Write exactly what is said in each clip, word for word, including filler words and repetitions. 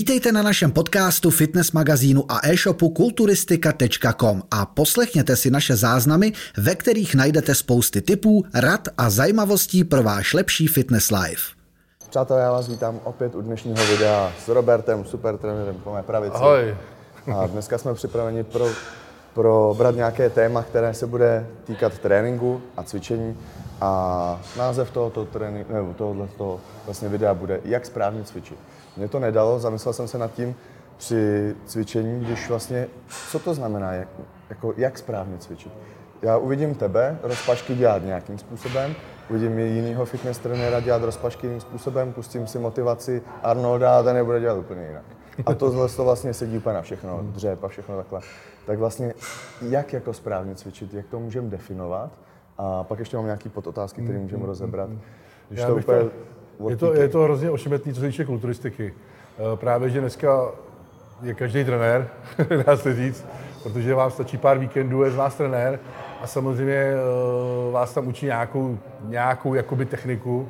Vítejte na našem podcastu, fitness magazínu a e-shopu kulturistika tečka com a poslechněte si naše záznamy, ve kterých najdete spousty tipů, rad a zajímavostí pro váš lepší fitness life. Přátelé, já vás vítám opět u dnešního videa s Robertem, super trenérem po mé pravici. Ahoj. A dneska jsme připraveni pro, probrat nějaké téma, které se bude týkat tréninku a cvičení. A název tohoto, tréninku, nebo tohoto vlastně videa bude Jak správně cvičit. Mě to nedalo, zamyslel jsem se nad tím při cvičení, když vlastně, co to znamená, jak, jako, jak správně cvičit. Já uvidím tebe rozpašky dělat nějakým způsobem, uvidím jinýho fitness trenéra dělat rozpašky jiným způsobem, pustím si motivaci Arnolda a ten je bude dělat úplně jinak. A tohle to vlastně sedí úplně na všechno, dřep a všechno takhle. Tak vlastně, jak jako správně cvičit, jak to můžeme definovat? A pak ještě mám nějaký podotázky, které můžeme rozebrat. Když to úplně to, je, to, je to hrozně ošemetný, co se týče kulturistiky. Právě, že dneska je každý trenér, dá se říct, protože vám stačí pár víkendů, je z vás trenér a samozřejmě vás tam učí nějakou, nějakou jakoby techniku,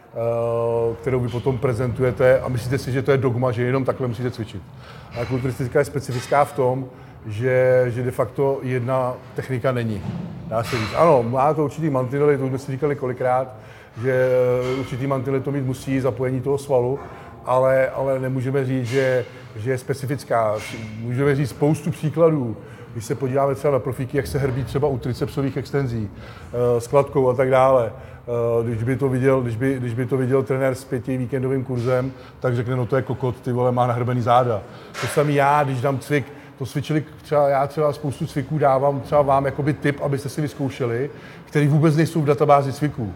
kterou vy potom prezentujete a myslíte si, že to je dogma, že jenom takhle musíte cvičit. A kulturistika je specifická v tom, že, že de facto jedna technika není. Dá se říct. Ano, má to určitý mantinely, to už jsme si říkali kolikrát, že určitý mantinely to mít musí, zapojení toho svalu, ale, ale nemůžeme říct, že, že je specifická. Můžeme říct spoustu příkladů. Když se podíváme třeba na profíky, jak se hrbí třeba u tricepsových extenzí, s kladkou a tak dále. Když by to viděl, když by, když by to viděl trenér s pěti víkendovým kurzem, tak řekne, no to je kokot, ty vole, má nahrbený záda. To samý já, když dám cvik, to cvičili třeba, já třeba spoustu cviků dávám třeba vám jakoby tip, abyste si vyzkoušeli, který vůbec nejsou v databázi cviků.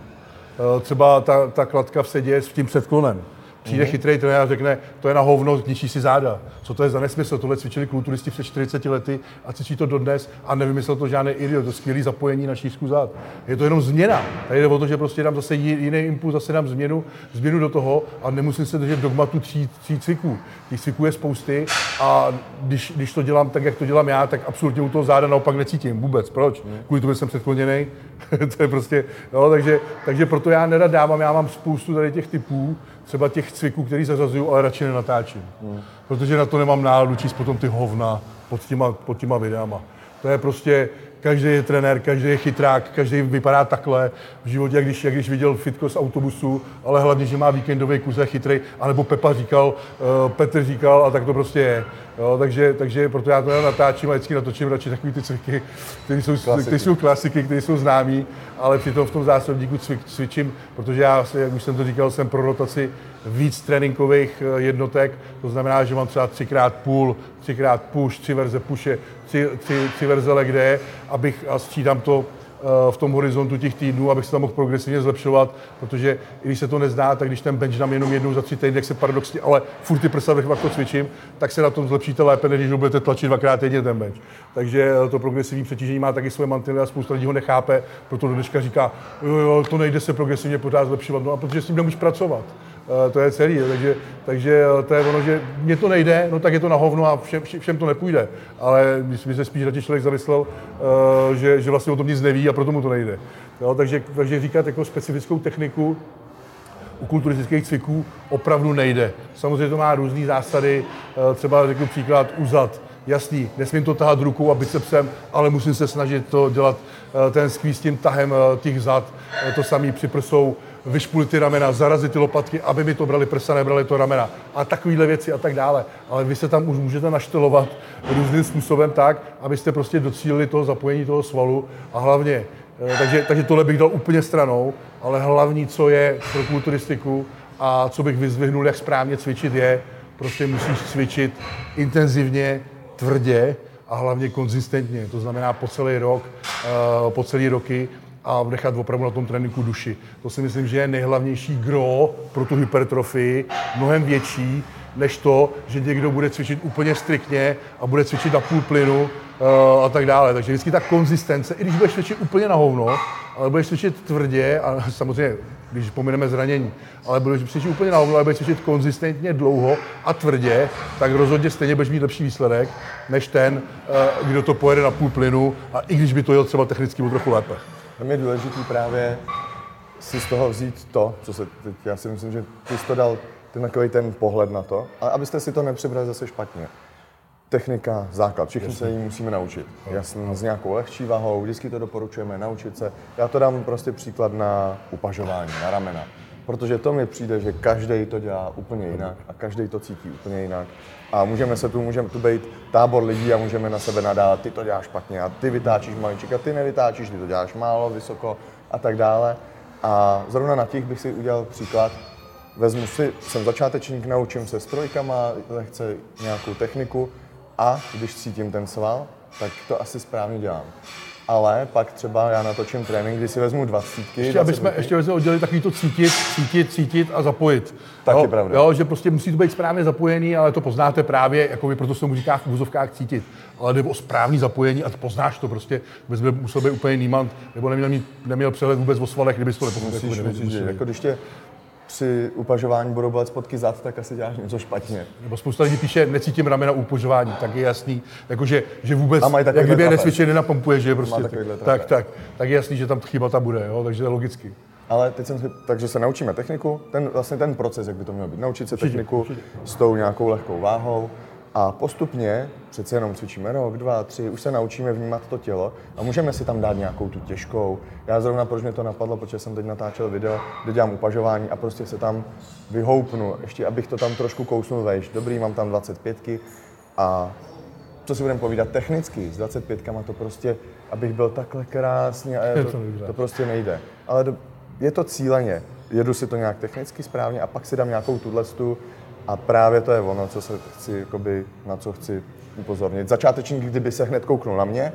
Třeba ta, ta kladka v sedě s tím předklonem. Přijde mm-hmm. chytrý trenér a řekne, to je na hovno, ničí si záda. Co to je za nesmysl? Tohle cvičili kulturisti před čtyřiceti lety a cvičí to dodnes a nevymyslel to žádný idiot. To je skvělý zapojení na šířku zád. Je to jenom změna. Tady jde o to, že prostě dám zase jiný impuls, zase dám změnu, změnu do toho a nemusím se držet dogmatu tří, tří cviků. Těch cviků je spousty a když, když to dělám tak, jak to dělám já, tak absolutně u toho záda naopak necítím vůbec. Proč? Mm. Kvůli tomu jsem předkloněný. To je prostě, no, takže, takže proto já nerad dávám, já mám spoustu tady těch typů, třeba těch cviků, který zařazuju, ale radši nenatáčím. Hmm. Protože na to nemám náladu číst potom ty hovna pod těma, pod těma videama. To je prostě, každý je trenér, každý je chytrák, každý vypadá takhle v životě, jak když, jak když viděl fitko z autobusu, ale hlavně, že má víkendový kurz, je chytrý, anebo Pepa říkal, uh, Petr říkal a tak to prostě je. Jo, takže, takže proto já to natáčím a vždycky natočím radši takový ty cviky, které jsou klasiky, které jsou, klasiky, které jsou známý, ale přitom v tom zásobníku cvik, cvičím, protože já, jak už jsem to říkal, jsem pro rotaci víc tréninkových jednotek, to znamená, že mám třeba třikrát pull, třikrát push, tři verze pushe, tři, tři, tři verze leg day, abych a střídám to v tom horizontu těch týdnů, abych se tam mohl progresivně zlepšovat, protože i když se to nezná, tak když ten bench dám jenom jednou za tři týdny, jak se paradoxně, ale furt ty prsa vrch to cvičím, tak se na tom zlepšíte lépe, než když budete tlačit dvakrát týdně ten bench. Takže to progresivní přetížení má taky svoje mantinely a spousta lidí ho nechápe, proto do dneška říká, jo, jo, to nejde se progresivně pořád zlepšovat, no a protože s tím nemůžeš pracovat. To je celý, takže, takže to je ono, že mně to nejde, no tak je to na hovno a všem, všem to nepůjde. Ale by se spíš radši člověk zamyslel, že, že vlastně o tom nic neví a proto mu to nejde. Jo, takže, takže říkat jako specifickou techniku u kulturistických cviků opravdu nejde. Samozřejmě to má různé zásady, třeba řeknu příklad u zad. Jasný, nesmím to tahat rukou a bicepsem, ale musím se snažit to dělat ten squeeze tím tahem těch zad. To samé při prsou, vyšpulit ty ramena, zarazit ty lopatky, aby mi to brali prsa, nebrali to ramena a takovéhle věci a tak dále. Ale vy se tam už můžete naštelovat různým způsobem tak, abyste prostě docílili toho zapojení toho svalu a hlavně, takže, takže tohle bych dal úplně stranou, ale hlavní, co je pro kulturistiku a co bych vyzvihnul, jak správně cvičit je, prostě musíš cvičit intenzivně, tvrdě a hlavně konzistentně, to znamená po celý rok, po celý roky a nechat opravdu na tom tréninku duši. To si myslím, že je nejhlavnější gro pro tu hypertrofii, mnohem větší, než to, že někdo bude cvičit úplně striktně a bude cvičit na půl plynu uh, a tak dále. Takže vždycky ta konzistence, i když budeš cvičit úplně na hovno, ale budeš cvičit tvrdě a samozřejmě, když pomineme zranění, ale budeš cvičit úplně na hovno, ale budeš cvičit konzistentně dlouho a tvrdě, tak rozhodně stejně budeš mít lepší výsledek, než ten, uh, kdo to pojede na půl plynu a i když by to jel třeba technicky o trochu lépe. Tam je důležitý právě si z toho vzít to, co se teď, já si myslím, že ty jsi to dal ten takový ten pohled na to, ale abyste si to nepřibrali zase špatně. Technika, základ, všichni Jasně. se jí musíme naučit. Jasně, s nějakou lehčí váhou, vždycky to doporučujeme naučit se. Já to dám prostě příklad na upažování, na ramena. Protože to mi přijde, že každý to dělá úplně jinak a každý to cítí úplně jinak. A můžeme se tu, můžeme tu být tábor lidí a můžeme na sebe nadávat, ty to děláš špatně a ty vytáčíš maliček a ty nevytáčíš, ty to děláš málo, vysoko a tak dále. A zrovna na těch bych si udělal příklad. Vezmu si, jsem začátečník, naučím se strojkama, lehce nějakou techniku a když cítím ten sval, tak to asi správně dělám. Ale pak třeba já natočím trénink, kdy si vezmu dvacítky. Ještě, aby jsme, ještě jsme oddělili takový to cítit, cítit, cítit a zapojit. Taky jo, pravda. Jo, že prostě musí to být správně zapojený, ale to poznáte právě, jako vy, proto se tomu říká v úzovkách cítit. Ale jde o správný zapojení a poznáš to prostě, bys byl musel být úplně nímant, nebo neměl, mít, neměl přehled vůbec o svalech, kdybys to nepochopil. Musíš, jako, musíš, musíš, jako když tě při upažování budou bolet spodky zad, tak asi děláš něco špatně. Nebo spousta lidí píše, necítím ramena u upažování, tak je jasný, jakože, že vůbec, jak kdyby je nesvědčeně nenapumpuje, že prostě, tak, tak, tak je jasný, že tam chyba ta bude, jo, takže to je logicky. Ale teď jsem si, takže se naučíme techniku, ten, vlastně ten proces, jak by to mělo být, naučit se techniku určitě, určitě. S tou nějakou lehkou váhou a postupně, přece jenom cvičíme rok, dva, tři, už se naučíme vnímat to tělo a můžeme si tam dát nějakou tu těžkou. Já zrovna, proč mě to napadlo, protože jsem teď natáčel video, kde dělám upažování a prostě se tam vyhoupnu, ještě abych to tam trošku kousnul vejš. Dobrý, mám tam dvacet pětky a co si budeme povídat technicky, s dvacet pětkama to prostě, abych byl takhle krásný a je to, to prostě nejde. Ale do, je to cíleně, jedu si to nějak technicky správně a pak si dám nějakou tudlestu a právě to je ono, co se chci, jakoby, na co chci upozornit. Začátečník, kdyby se hned kouknul na mě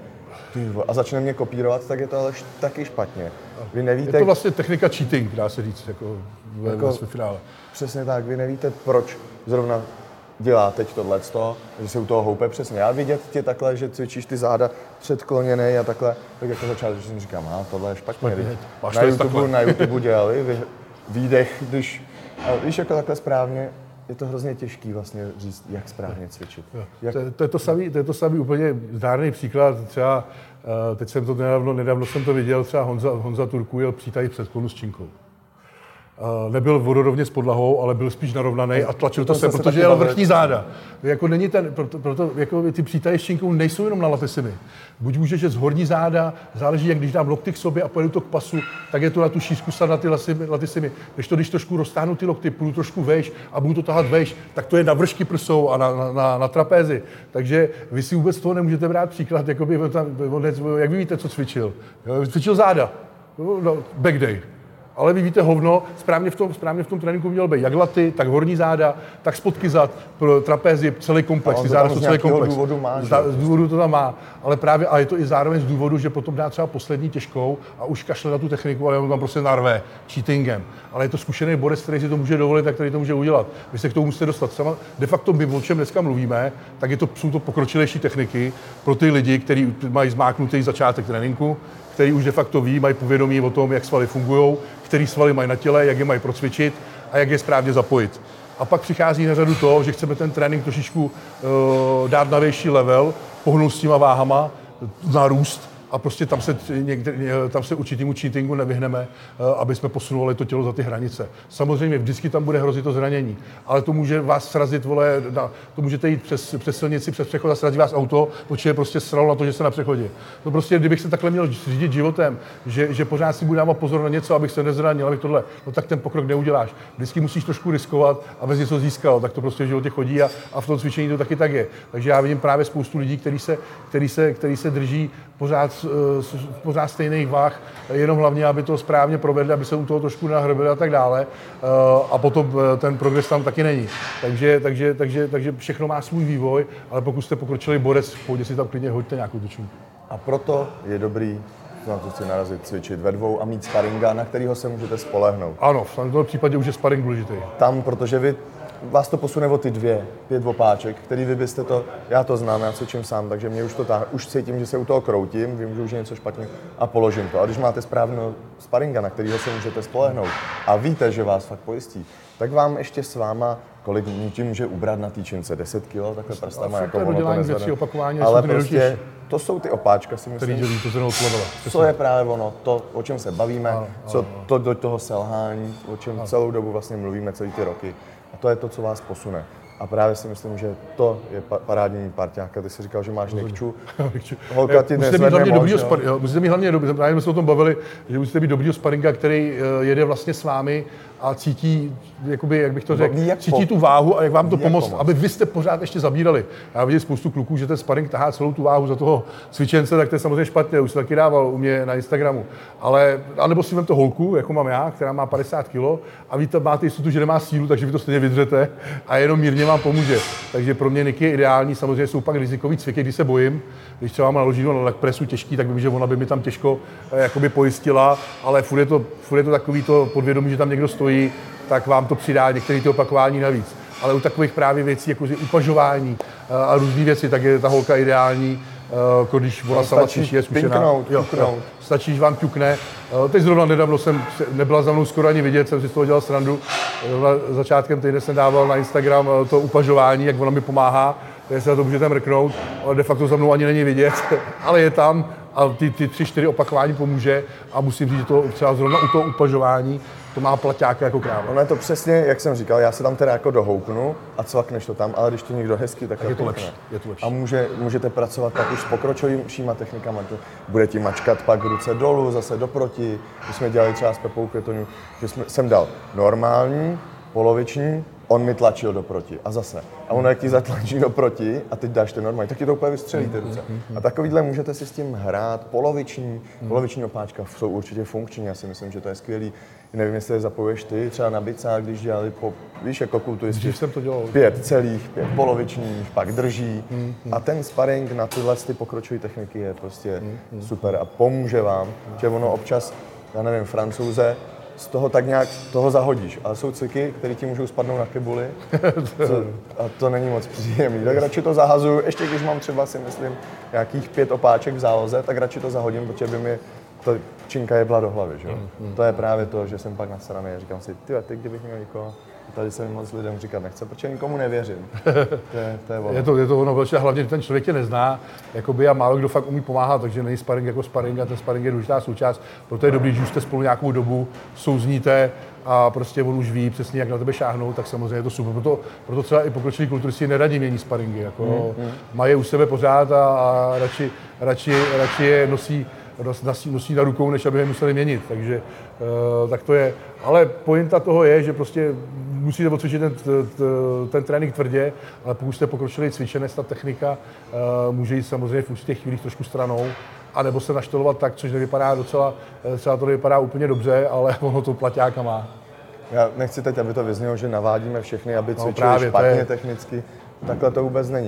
a začne mě kopírovat, tak je to ale taky špatně. Vy nevíte, je to vlastně technika cheating, dá se říct, jako ve, jako, ve finále. Přesně tak, vy nevíte, proč zrovna dělá teď tohleto, že se u toho houpe přesně. Já vidět tě takhle, že cvičíš ty záda předkloněný a takhle, tak jako začátečník si říkám, a tohle je špatně. špatně. Na, YouTube, na YouTube dělali výdech, když, když jako takhle správně, je to hrozně těžký vlastně říct, jak správně cvičit. Jak... To, to, je to samý, to je to samý úplně zdárný příklad. Třeba, uh, teď jsem to nedávno, nedávno jsem to viděl, třeba Honza, Honza Turku jel přítaj před klonu s činkou. Uh, nebyl vodorovně s podlahou, ale byl spíš narovnaný a tlačil to, to sem, protože jel vrchní záda. Jako není ten, proto, proto jako ty přítaje s činkou nejsou jenom na latesimy. Buď můžeš jet z horní záda, záleží, jak když dám lokty k sobě a pojedu to k pasu, tak je to na tu šířku sad na ty latesimy. Když to, když trošku roztáhnu ty lokty, půjdu trošku vejš a budu to tahat vejš, tak to je na vršky prsou a na, na, na, na trapézy. Takže vy si vůbec toho nemůžete brát příklad, jakoby, jak vy víte, co cvičil. Cvičil záda, no, back day. Ale vy víte hovno, správně v tom, správně v tom tréninku měl být jak laty, tak horní záda, tak spodky zad, trapézy, celý komplex, ty záda jsou celý komplex. Z důvodu má, z důvodu to tam má, ale právě, a je to i zároveň z důvodu, že potom dá třeba poslední těžkou a už kašle na tu techniku, ale on tam prostě narve cheatingem. Ale je to zkušený borec, který si to může dovolit a který to může udělat. Vy se k tomu musíte dostat. Sama, de facto my, o čem dneska mluvíme, tak je to, jsou to pokročilejší techniky pro ty lidi, kteří mají zmáknutý začátek tréninku, který už de facto ví, mají povědomí o tom, jak svaly fungují, který svaly mají na těle, jak je mají procvičit a jak je správně zapojit. A pak přichází na řadu to, že chceme ten trénink trošičku uh, dát na vyšší level, pohnout s těma váhama, narůst a prostě tam se, někde, tam se určitýmu cheatingu nevyhneme, uh, aby jsme posunuli to tělo za ty hranice. Samozřejmě vždycky tam bude hrozit to zranění, ale to může vás srazit, vole, na, to můžete jít přes, přes silnici, přes přechod a srazí vás auto, protože je prostě sralo na to, že jste na přechodě. To prostě, kdybych se takhle měl řídit životem, že, že pořád si budu dávat pozor na něco, abych se nezranil, abych tohle, no tak ten pokrok neuděláš. Vždycky musíš trošku riskovat, abys něco získal, tak to prostě v životě chodí a, a v tom cvičení to taky tak je. Takže já vidím právě spoustu lidí, kteří se, který se, který se drží pořád, pořád stejných váh, jenom hlavně, aby to správně provedli, aby se u toho trošku nahrbili a tak dále. A potom ten progres tam taky není. Takže, takže, takže, takže všechno má svůj vývoj, ale pokud jste pokročilý borec, v pohodě si tam klidně hoďte nějakou tučku. A proto je dobrý, na to chci narazit, cvičit ve dvou a mít sparinga, na kterého se můžete spolehnout. Ano, v tomto případě už je sparing důležitý. Tam, protože vy vás to posune o ty dvě, pět opáček, který vy byste to, já to znám, já cvičím sám, takže mě už to táhne, už cítím, že se u toho kroutím, vím, že už je něco špatně a položím to. A když máte správného sparinga, na kterého se můžete spolehnout a víte, že vás fakt pojistí, tak vám ještě s váma, kolik nutí může ubrat na týčince, deset kilo, takhle prstama, jako ono to nezvedne. Opakování, ale prostě to jsou ty opáčka, si myslím, který to zrovna odplavila. Co je právě ono, to, o čem se bavíme, ano, co ano. To do toho selhání, o čem ano. Celou dobu vlastně mluvíme, celý ty roky. A to je to, co vás posune. A právě si myslím, že to je parádní parťáka. Ty jsi říkal, že máš Nikču. Holka ti dnes vedne mož, jo? Musíte mít hlavně, právě jsme se o tom bavili, že musíte mít dobrýho sparinga, který jede vlastně s vámi a cítí, jakoby, jak bych to řekl, cítí tu váhu a jak vám to pomoct, aby vy jste pořád ještě zabírali. Já vidím spoustu kluků, že ten sparing tahá celou tu váhu za toho cvičence, tak to je samozřejmě špatně, už se taky dával u mě na Instagramu. Ale, anebo si vem to holku, jako mám já, která má padesát kilo a vy tam máte jistotu, že nemá sílu, takže vy to stejně vydřete a jenom mírně vám pomůže. Takže pro mě Niky je ideální, samozřejmě jsou pak rizikový cviky, když se bojím. Když třeba mám naloží na leg pressu těžký, tak vím, že ona by mi tam těžko eh, jakoby pojistila, ale furt je to, furt je to takový to podvědomí, že tam někdo stojí, tak vám to přidá některé ty opakování navíc. Ale u takových právě věcí, jako upažování eh, a různé věci, tak je ta holka ideální, eh, když ona sama cvičí, je zkušená. Pinknout, jo, jo. Stačí, že vám ťukne. Eh, teď zrovna nedávno jsem, nebyla za mnou skoro ani vidět, jsem si z toho dělal srandu. Eh, začátkem týdne jsem dával na Instagram eh, to upažování, jak ona mi pomáhá. Takže se na to můžete mrknout, ale de facto za mnou ani není vidět, ale je tam a ty, ty tři, čtyři opakování pomůže a musím říct, že to třeba zrovna u toho upažování to má plaťáka jako kráva. Ono je to přesně, jak jsem říkal, já se tam teda jako dohoupnu a cvakneš to tam, ale když to někdo hezky, tak, tak je to lepší. Je to lepší. A může, můžete pracovat pak už s pokročilýma technikama. Bude ti mačkat pak ruce dolů, zase doproti. Když jsme dělali třeba s Pepou Květoňů, že jsme, jsem dal normální, poloviční, on mi tlačil doproti a zase. A ono, jak ti zatlačí doproti a teď dáš ten normální, tak ti to úplně vystřelí ty ruce. A takovýhle můžete si s tím hrát. Poloviční, poloviční opáčka jsou určitě funkční, já si myslím, že to je skvělý. Nevím, jestli je zapojuješ ty, třeba na bicách, když dělali, po, víš, jako kulturisti, jsem to dělal. Pět celých, pět polovičních, pak drží. A ten sparring na tyhle ty pokročilé techniky je prostě super a pomůže vám, že ono občas, já nevím, Francouze, z toho tak nějak toho zahodíš, ale jsou cviky, které ti můžou spadnout na kebuli a to není moc příjemný. Tak radši to zahazuju, ještě když mám třeba, si myslím, nějakých pět opáček v záloze, tak radši to zahodím, protože by mi ta činka jebla do hlavy, že? Mm, mm. To je právě to, že jsem pak nasraný a říkám si, tyhle, ty kdybych měl někoho, tady se mi moc lidem říkat nechce, protože nikomu nevěřím. To je, to je, ono. je, to, je to ono, protože hlavně ten člověk tě nezná, jakoby, a málo kdo fakt umí pomáhat, takže není sparring jako sparring a ten sparring je důležitá součást, proto je dobrý, že už jste spolu nějakou dobu, souzníte a prostě on už ví přesně, jak na tebe šáhnout, tak samozřejmě je to super. Proto, proto třeba i pokročilí kulturisti neradí mění sparingy, jako, mm, mm. mají je u sebe pořád a, a radši, radši, radši je nosí Nosí, nosí na rukou, než aby je museli měnit, takže uh, tak to je. Ale pointa toho je, že prostě musíte odcvičit ten, ten, ten trénink tvrdě, ale pokud jste pokročili cvičenec, ta technika uh, může jít samozřejmě v určitých chvílích trošku stranou, anebo se naštolovat tak, což nevypadá docela, třeba to nevypadá úplně dobře, ale ono to plaťáka má. Já nechci teď, aby to vyznělo, že navádíme všechny, aby cvičili no, právě, špatně je... technicky. Takhle to vůbec není.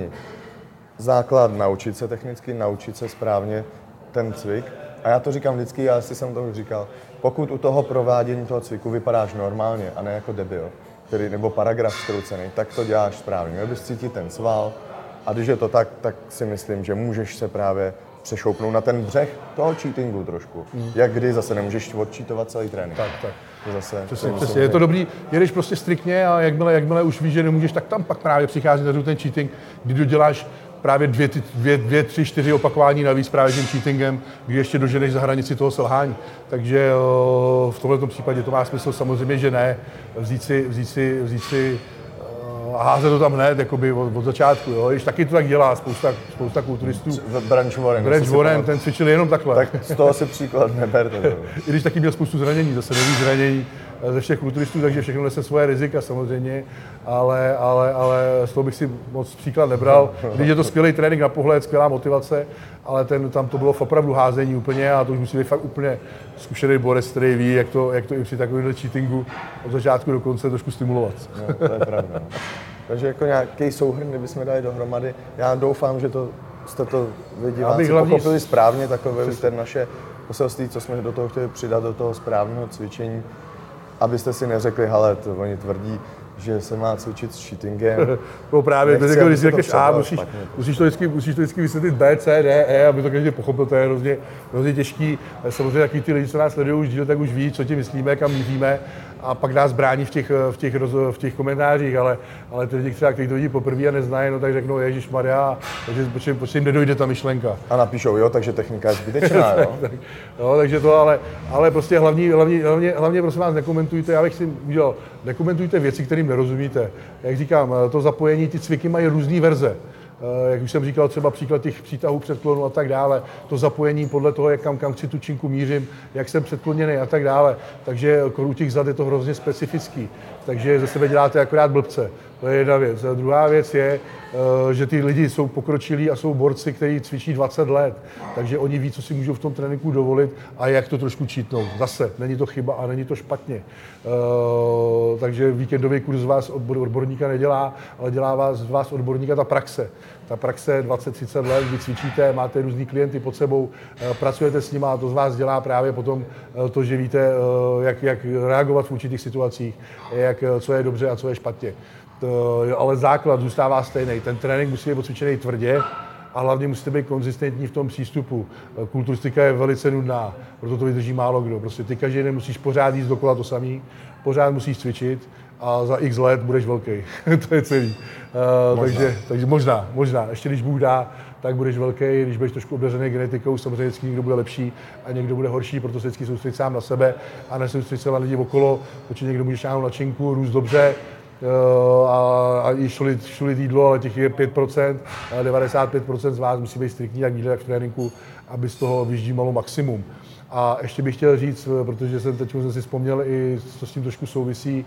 Základ naučit se technicky, naučit se správně ten cvik. A já to říkám vždycky, já si jsem to už říkal, pokud u toho provádění toho cviku vypadáš normálně a ne jako debil, který, nebo paragraf zkroucený, tak to děláš správně. Měl bys cítit ten sval a když je to tak, tak si myslím, že můžeš se právě přešoupnout na ten břeh toho cheatingu trošku. Mm. Jak kdy zase nemůžeš odčítovat celý trénink. Tak, tak. To zase, přesně, to přesně. Je to dobrý, jedeš prostě striktně a jakmile, jakmile už víš, že nemůžeš, tak tam pak právě přichází na ten cheating, kdy doděláš právě dvě, dvě, dvě, tři, čtyři opakování navíc právě tím cheatingem, kdy ještě doženeš za hranici toho selhání. Takže v tomto případě to má smysl, samozřejmě, že ne, vzít si, vzít si, vzít si a házet to tam hned, jakoby od, od začátku, jo. Když taky to tak dělá spousta, spousta kulturistů. Branch Warren. Branch Warren, ten cvičil jenom takhle. Tak z toho si příklad neberte. I když taky měl spoustu zranění, zase nový zranění ze všech kulturistů, takže všechno nese svoje rizika samozřejmě, ale, ale, ale z toho bych si moc příklad nebral. Když je to skvělý trénink na pohled, skvělá motivace, ale ten, tam to bylo opravdu házení úplně a to už musí být fakt úplně zkušený borec, který ví, jak to, jak to i při takovémhle cheatingu od začátku do konce trošku stimulovat. No, to je pravda. Takže jako nějaký souhrn, kdybychom dali dohromady, já doufám, že to jste to vy diváci pochopili správně, takové ten naše poselství, co jsme do toho chtěli přidat, do toho správného cvičení, abyste si neřekli, hele, to oni tvrdí, že se má cvičit s cheatingem. No právě, to když si řekneš A, musíš, musíš, to vždycky, musíš to vždycky vysvětlit B, C, D, E, aby to každý pochopil, to je hrozně, hrozně těžký. Samozřejmě takový ty lidi, co nás sledují už díl, tak už ví, co ti myslíme, kam míříme a pak nás brání v těch, v těch, roz, v těch komentářích, ale, ale ty lidi třeba, kteří to vidí poprvé a neznají, no tak řeknou, ježišmarja, takže proč, proč jim nedojde ta myšlenka. A napíšou, jo, takže technika je zbytečná, jo. tak, tak, jo, takže to, ale, ale prostě hlavní, hlavně, hlavně, hlavně prosím vás nekomentujte, já bych si udělal, nekomentujte věci, kterým nerozumíte. Jak říkám, to zapojení, ty cviky mají různé verze. Jak už jsem říkal, třeba příklad těch přítahů, předklonů a tak dále, to zapojení podle toho, jak kam, kam chci tu činku mířím, jak jsem předkloněný a tak dále. Takže u těch zad je to hrozně specifický. Takže ze sebe děláte akorát blbce. To je jedna věc. A druhá věc je, že ty lidi jsou pokročilí a jsou borci, kteří cvičí dvacet let. Takže oni ví, co si můžou v tom tréninku dovolit a jak to trošku čítnout. Zase, není to chyba a není to špatně. Takže víkendový kurz z vás odborníka nedělá, ale dělá vás, z vás odborníka ta praxe. Ta praxe dvacet třicet let, vy cvičíte, máte různý klienty pod sebou, pracujete s nimi a to z vás dělá právě potom to, že víte, jak, jak reagovat v určitých situacích, jak, co je dobře a co je špatně. To, ale základ zůstává stejný. Ten trénink musí být odcvičený tvrdě a hlavně musíte být konzistentní v tom přístupu. Kulturistika je velice nudná, proto to vydrží málo kdo. Prostě ty každý den musíš pořád jíst dokola to samý, pořád musíš cvičit a za x let budeš velký. To je celý. Uh, takže, takže možná, možná. Ještě když Bůh dá, tak budeš velký, když budeš trošku obdařený genetikou, samozřejmě vždycky někdo bude lepší a někdo bude horší, proto se vždycky soustředit sám na sebe a nesoustředit se na lidi okolo, protože někdo může šáhnout na činku, růst dobře, a, a i šulit, šulit jídlo, ale těch je pět procent, devadesát pět procent z vás musí být striktní jak v jídle, jak v tréninku, aby z toho vyždímalo maximum. A ještě bych chtěl říct, protože jsem teď jsem si vzpomněl i, co s tím trošku souvisí,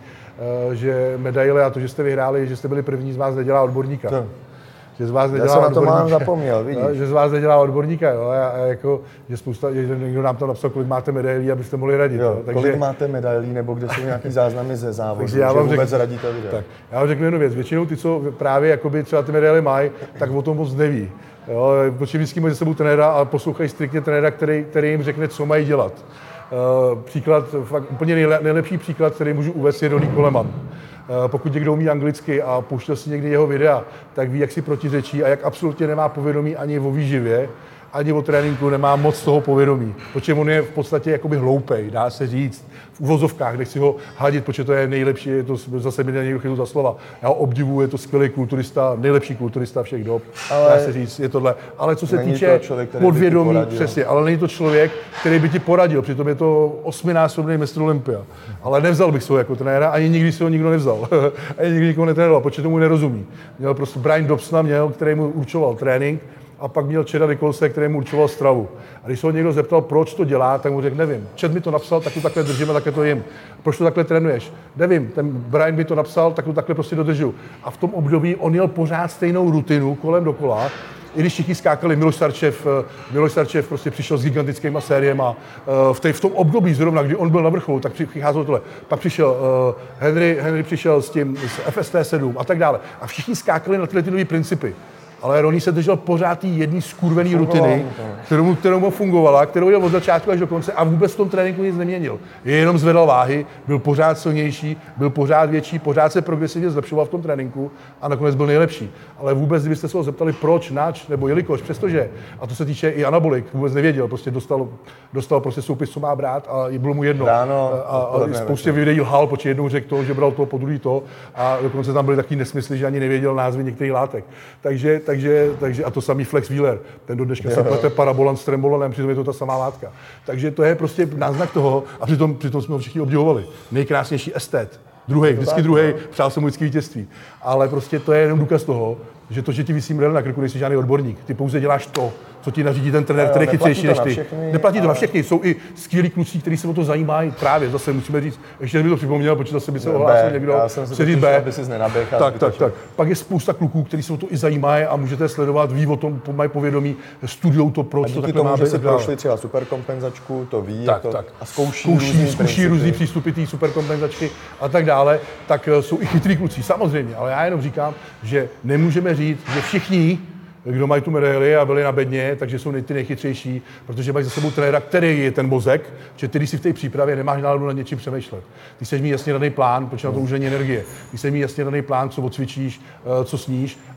že medaile a to, že jste vyhráli, že jste byli první, z vás nedělá odborníka. To. Že z vás Já jsem na to mám zapomněl, vidíš. Že z vás nedělá odborníka, jo, a, a jako, že spousta, že někdo nám tam napsal, kolik máte medailí, abyste mohli radit. Jo, Jo. Takže, kolik máte medailí, nebo kde jsou nějaký záznamy ze závodu, že já vám vůbec řek, radíte lidem. Tak, já vám řeknu jednu věc, většinou ty, co právě jakoby třeba ty medaily mají, tak o tom moc neví. Jo, protože vždycky mají za sebou trenéra a poslouchají striktně trenéra, který, který jim řekne, co mají dělat. Uh, příklad, fakt úplně nejle, nejlepší příklad, který můžu uvést, je Ronnie Coleman. Uh, pokud někdo umí anglicky a pouštěl si někdy jeho videa, tak ví, jak si protiřečí a jak absolutně nemá povědomí ani o výživě, ani o tréninku, nemá moc toho povědomí. Protože on je v podstatě jakoby hloupej, dá se říct, v uvozovkách, nechci ho hadit, protože to je nejlepší, je to zase mi někdo chytl za slova. Já ho obdivuji, je to skvělý kulturista, nejlepší kulturista všech dob, ale dá se říct, je tohle. Ale co se týče podvědomí, přesně, ale není to člověk, který by ti poradil, přitom je to osminásobný mistr Olympia. Ale nevzal bych se ho jako trenéra, ani nikdy si ho nikdo nevzal. Ani nikdy nikoho netrénoval, protože tomu nerozumí. Měl prostě Brian Dobsona, měl, který mu určoval trénink, a pak měl Chada Nicholse, který mu určoval stravu. A když se ho někdo zeptal, proč to dělá, tak mu řekl, nevím. Chad mi to napsal, tak to takhle držím a takhle to jim. Proč to takhle trénuješ? Nevím, ten Brian mi to napsal, tak to takhle prostě dodržu. A v tom období on měl pořád stejnou rutinu kolem dokola. I když všichni skákali, Miloš Sarčev, Miloš Sarčev prostě přišel s gigantickýma sériema. V, té, v tom období zrovna, kdy on byl na vrcholu, tak přicházelo tohle. Pak přišel Henry, Henry přišel s tím s F S T sedm a tak dále. A všichni skákali na tyhle ty nové principy. Ale Ronnie se držel pořád tý jedný skurvený rutiny, kterou, kterou mu fungovala, kterou jel od začátku až do konce a vůbec v tom tréninku nic neměnil. Je jenom zvedal váhy, byl pořád silnější, byl pořád větší, pořád se progresivně zlepšoval v tom tréninku a nakonec byl nejlepší. Ale vůbec, kdybyste se ho zeptali proč, nač, nebo jelikož, přestože, a to se týče i anabolik, vůbec nevěděl, prostě dostal, dostal prostě soupis, co má brát a bylo mu jedno. Ráno, a, a, a spoustě videí lhal, protože jednou řekl to, že bral to, podruhý to a dokonce tam byly takový nesmysly, že ani nevěděl názvy některých látek. Takže Takže, takže, a to samý Flex Wheeler, ten do dneška se plete parabolan s trembolanem, přitom je to ta samá látka. Takže to je prostě náznak toho, a přitom, přitom jsme ho všichni obdivovali. Nejkrásnější estet, druhý, vždycky druhý, přál jsem mu vždycky vítězství. Ale prostě to je jenom důkaz toho, že to, že ti visí medaile na krku, nejsi žádný odborník. Ty pouze děláš to, co ti nařídí ten trenér, který je chytřejší než ty. Všechny, neplatí to ale... na všechny. Jsou i skvělí kluci, kteří se o to zajímají. Právě zase musíme říct, ještě by to připomněl, protože zase by se ohlásil někdo. Já jsem se B, aby si nenaběh. Tak, tak, tak. Pak je spousta kluků, kteří se o to i zajímají a můžete sledovat, ví o tom, mají povědomí, studujou to, proč to takhle má být. Že si prošli třeba superkompenzačku, to ví tak, to, tak. a zkouší, zkouší, zkouší různý přístupy té superkompenzačky a tak dále, tak jsou i chytrý kluci, samozřejmě, ale já jenom říkám, že nemůžeme říct, že všichni, kdo mají tu medaili a byli na bedně, takže jsou ty nejchytřejší, protože mají za sebou trenéra, který je ten mozek, že ty, když si v té přípravě nemáš náladu nad něčím přemýšlet. Ty chceš mít jasně daný plán, protože na to už není energie. Ty chceš mít jasně daný plán, co odcvičíš, co sníš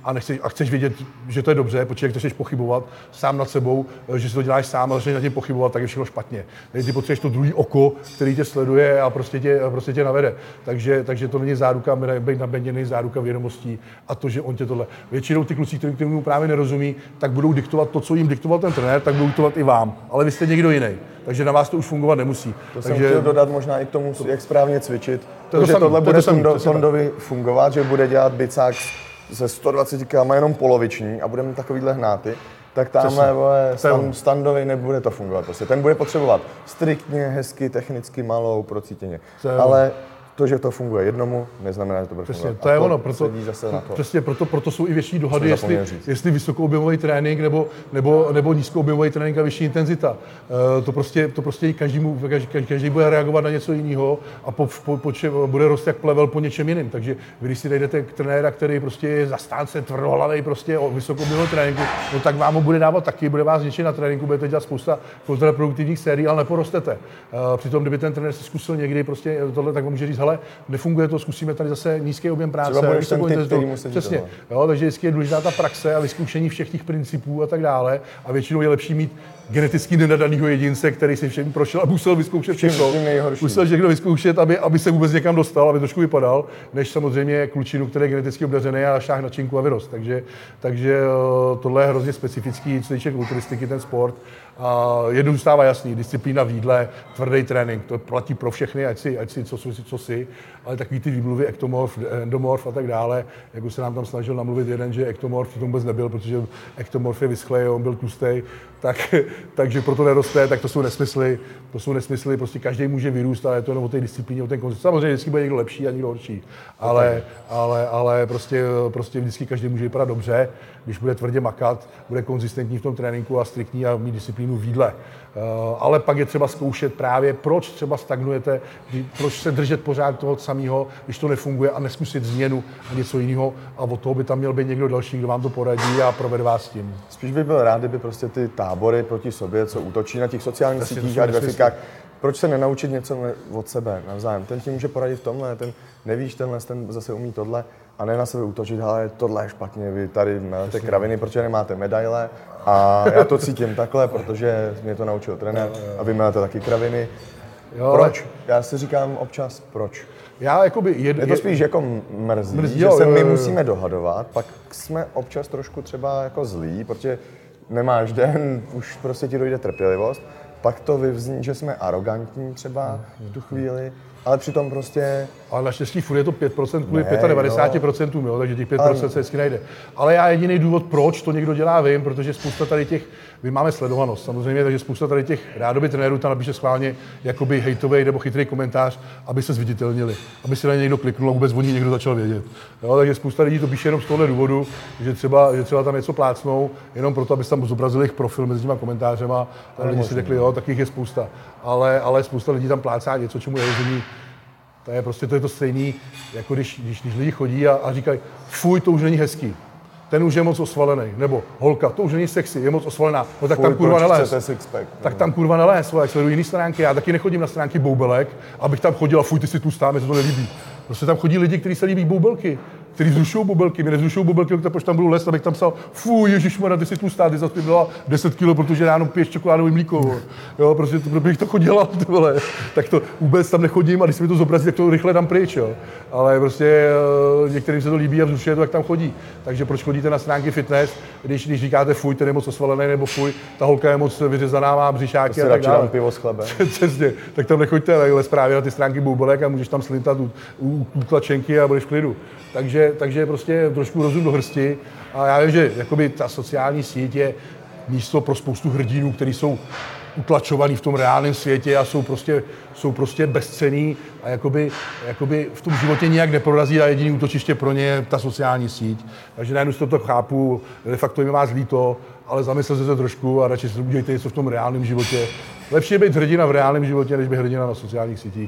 a, nechceš, a chceš vědět, že to je dobře, protože jak chceš pochybovat sám nad sebou, že si to děláš sám a začneš nad tím pochybovat, tak je všechno špatně. Takže ty potřebuješ to druhý oko, který tě sleduje a prostě tě, prostě tě navede. Takže, takže to není záruka být naběděný, záruka vědomostí a to, že on tě tohle. Většinou ty kluci, kteří mu právě nerozumí, tak budou diktovat to, co jim diktoval ten trenér, tak budou diktovat i vám, ale vy jste někdo jiný. Takže na vás to už fungovat nemusí. To takže jsem chtěl dodat možná i k tomu, jak správně cvičit. To, to že samý, tohle to bude samý, Tondovi fungovat, že bude dělat bicák se sto dvacet kilogramů jenom poloviční a budeme takovýhle hnáty, tak tamhle vole, stand, standovi nebude to fungovat. Prostě. Ten bude potřebovat striktně, hezky, technicky malou, procítěně. Ale to, že to funguje jednomu, neznamená, že to bude přesně, fungovat. To je ono, proto, zase na to. Přesně, proto, proto jsou i větší dohady, jestli, jestli vysokoobjemový trénink nebo, nebo, nebo nízkoobjemový trénink a vyšší intenzita. Uh, to prostě, to prostě každému, každý, každý bude reagovat na něco jiného a po, po, po, bude rost jak plevel po něčem jiném. Takže vy, když si najdete k trenéra, který prostě je zastánce tvrdohlavej prostě o vysokoobjemovém tréninku, no tak vám ho bude dávat taky, bude vás ničit na tréninku, budete dělat spousta kontraproduktivních sérií, ale neporostete. Uh, přitom, kdyby ten trenér si zkusil někdy prostě tohle, tak vám může říct, hele, nefunguje to, zkusíme tady zase nízký objem práce. Třeba budeš ten typ, který musí přesně, jo, takže vždycky je důležitá ta praxe a vyzkoušení všech těch principů a tak dále. A většinou je lepší mít geneticky nenadanýho jedince, který si všem prošel a musel vyzkoušet všechno. Musel všechno vyzkoušet, aby, aby se vůbec někam dostal, aby trošku vypadal, než samozřejmě klučinu, který je geneticky obdařený a šáh na činku a vyrost. Takže, takže tohle je hrozně specifický, co týče kulturistiky, ten sport. A jedno zůstává jasný, disciplína v jídle, tvrdý trénink, to platí pro všechny, ať si, ať si co, co, co si, ale takový ty výmluvy ektomorf, endomorf a tak dále, jak už se nám tam snažil namluvit jeden, že ektomorf to vůbec nebyl, protože ektomorf je vyschlej, on byl tlustej, tak, takže proto neroste, tak to jsou nesmysly, to jsou nesmysly, prostě každý může vyrůst, ale je to jenom o té disciplíně, o ten koncept. Samozřejmě vždycky bude někdo lepší a někdo horší, ale, okay. ale, ale prostě, prostě vždycky každý může vypadat dobře, když bude tvrdě makat, bude konzistentní v tom tréninku a striktní a mít disciplínu v jídle. Uh, ale pak je třeba zkoušet právě, proč třeba stagnujete, proč se držet pořád toho samého, když to nefunguje a neskusit změnu a něco jiného a od toho by tam měl být někdo další, kdo vám to poradí a provede vás tím. Spíš bych byl rád, kdyby prostě ty tábory proti sobě, co útočí na těch sociálních sítích a grafikách, proč se nenaučit něco od sebe navzájem? Ten ti může poradit v tomhle, ten nevíš, tenhle, ten zase umí tohle a ne na sebe útočit, ale tohle je špatně, vy tady máte kraviny, protože nemáte medaile a já to cítím takhle, protože mě to naučil trenér a vy máte taky kraviny. Jo, proč? Já si říkám občas, proč? Já jakoby jed, je to spíš jako mrzí, mrzí že jo, se jo, my jo, jo. musíme dohadovat, pak jsme občas trošku třeba jako zlí, protože nemáš den, už prostě ti dojde trpělivost, pak to vyvzní, že jsme arrogantní třeba v tu chvíli, ale přitom prostě... Ale naštěstí furt je to pět procent kvůli devadesát pět procent, jo, takže těch pět procent se vždycky najde. Ale já jediný důvod, proč to někdo dělá, vím, protože spousta tady těch, my máme sledovanost samozřejmě, takže spousta tady těch rádoby trenérů tam napíše schválně jakoby hejtovej nebo chytrý komentář, aby se zviditelnili, aby si na ně někdo kliknul a vůbec o ní někdo začal vědět. Jo, takže spousta lidí to píše jenom z tohohle důvodu, že třeba, že třeba tam něco plácnou, jenom proto, aby se tam zobrazil jejich profil mezi těma komentářema a lidi si řekli, jo, takých je spousta. Ale, ale spousta lidí tam plácá něco, čemu nerozumí. To je prostě to, je to stejný, jako když, když, když lidi chodí a, a říkají, fuj, to už není hezký, ten už je moc osvalený, nebo holka, to už není sexy, je moc osvalená, no tak fuj, tam kurva nelez. Tak tam kurva nelez, jak sledují jiný stránky, já taky nechodím na stránky boubelek, abych tam chodil a fuj, ty si tlustá, mi se to nelíbí. Prostě tam chodí lidi, kteří se líbí boubelky, kteří zrušují boubelky, mě nezrušují boubelky, tak proč tam budu les, abych tam psal, fuj, ježišmarja, ty si tlustá, ty zase byla deset kilo, protože ráno piješ čokoládový mlíko, jo, prostě to, bych to chodil, ty vole, tak to vůbec tam nechodím a když se mi to zobrazí, tak to rychle dám pryč, jo. Ale prostě některým se to líbí a vzrušuje to, jak tam chodí. Takže proč chodíte na stránky fitness, když, když říkáte fuj, ten je moc osvalený, nebo fuj, ta holka je moc vyřezaná, má břišáky a tak dále. Pivo s chlebem. Přesně, tak tam nechoďte takhle právě na ty stránky boubelek a můžeš tam slintat u, u, u tlačenky a budeš v klidu. Takže, takže prostě trošku rozum do hrsti a já vím, že jakoby ta sociální síť je místo pro spoustu hrdinů, kteří jsou utlačovaný v tom reálném světě a jsou prostě, jsou prostě bezcenný a jakoby, jakoby v tom životě nijak neprorazí a jediný útočiště pro ně je ta sociální síť. Takže najednou si to chápu, de facto je mi vás líto, ale zamyslete se trošku a radši si udělejte něco v tom reálném životě. Lepší je být hrdina v reálném životě, než být hrdina na sociálních sítích.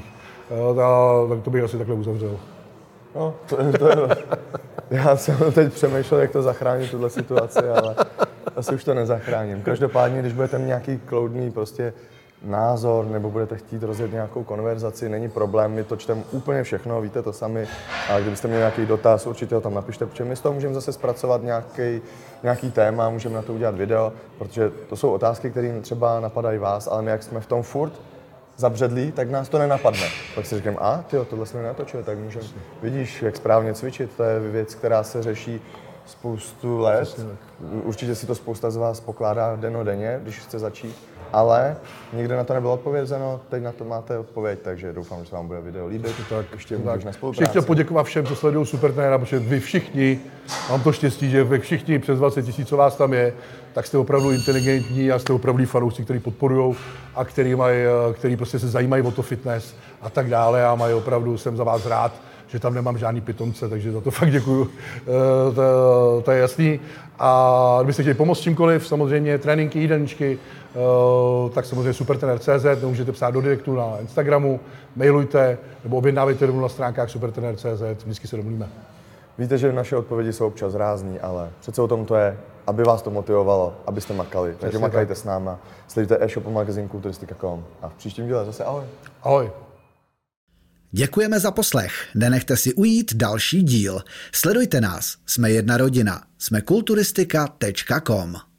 Tak to bych asi takhle uzavřel. No, to, to je, já jsem teď přemýšlel, jak to zachránit, tuhle situaci, ale asi už to nezachráním. Každopádně, když budete mít nějaký kloudný prostě názor nebo budete chtít rozjet nějakou konverzaci, není problém, my to čteme úplně všechno, víte to sami. A kdybyste měli nějaký dotaz, určitě ho tam napište, protože my z toho můžeme zase zpracovat nějaký, nějaký téma, můžeme na to udělat video, protože to jsou otázky, které třeba napadají vás, ale my jak jsme v tom furt zabředlí, tak nás to nenapadne. Pak si říkám, a tyjo, tohle jsme natočili, tak můžeme, vidíš, jak správně cvičit, to je věc, která se řeší spoustu let. Určitě si to spousta z vás pokládá dennodenně, když chce začít, ale nikdy na to nebylo odpovězeno, teď na to máte odpověď, takže doufám, že se vám bude video líbit. Tak ještě můžeš na spolupráci. Ještě chtěl poděkovat všem, co sledují Supertrenera, protože vy všichni, mám to štěstí, že vy všichni přes dvacet tisíc, co vás tam je, tak jste opravdu inteligentní a jste opravdu fanoušci, kteří podporují a který, mají, který prostě se zajímají o to fitness a tak dále a mají opravdu, jsem za vás rád, že tam nemám žádný pitomce, takže za to fakt děkuju, e, to, to je jasný. A kdybyste chtěli pomoct čímkoliv, samozřejmě tréninky, jídelníčky, e, tak samozřejmě supertrener tečka cé zet, můžete psát do direktu na Instagramu, mailujte nebo objednávejte rovnou na stránkách supertrener tečka cé zet, vždycky se domluvíme. Víte, že naše odpovědi jsou občas rázný, ale přece o tom to je, aby vás to motivovalo, abyste makali. Takže Přesně makajte tak. S náma, sledujte e-shop magazín kulturistika tečka com a v příštím díle zase ahoj. Ahoj. Děkujeme za poslech. Nenechte si ujít další díl. Sledujte nás. Jsme jedna rodina. Jsme kulturistika tečka com.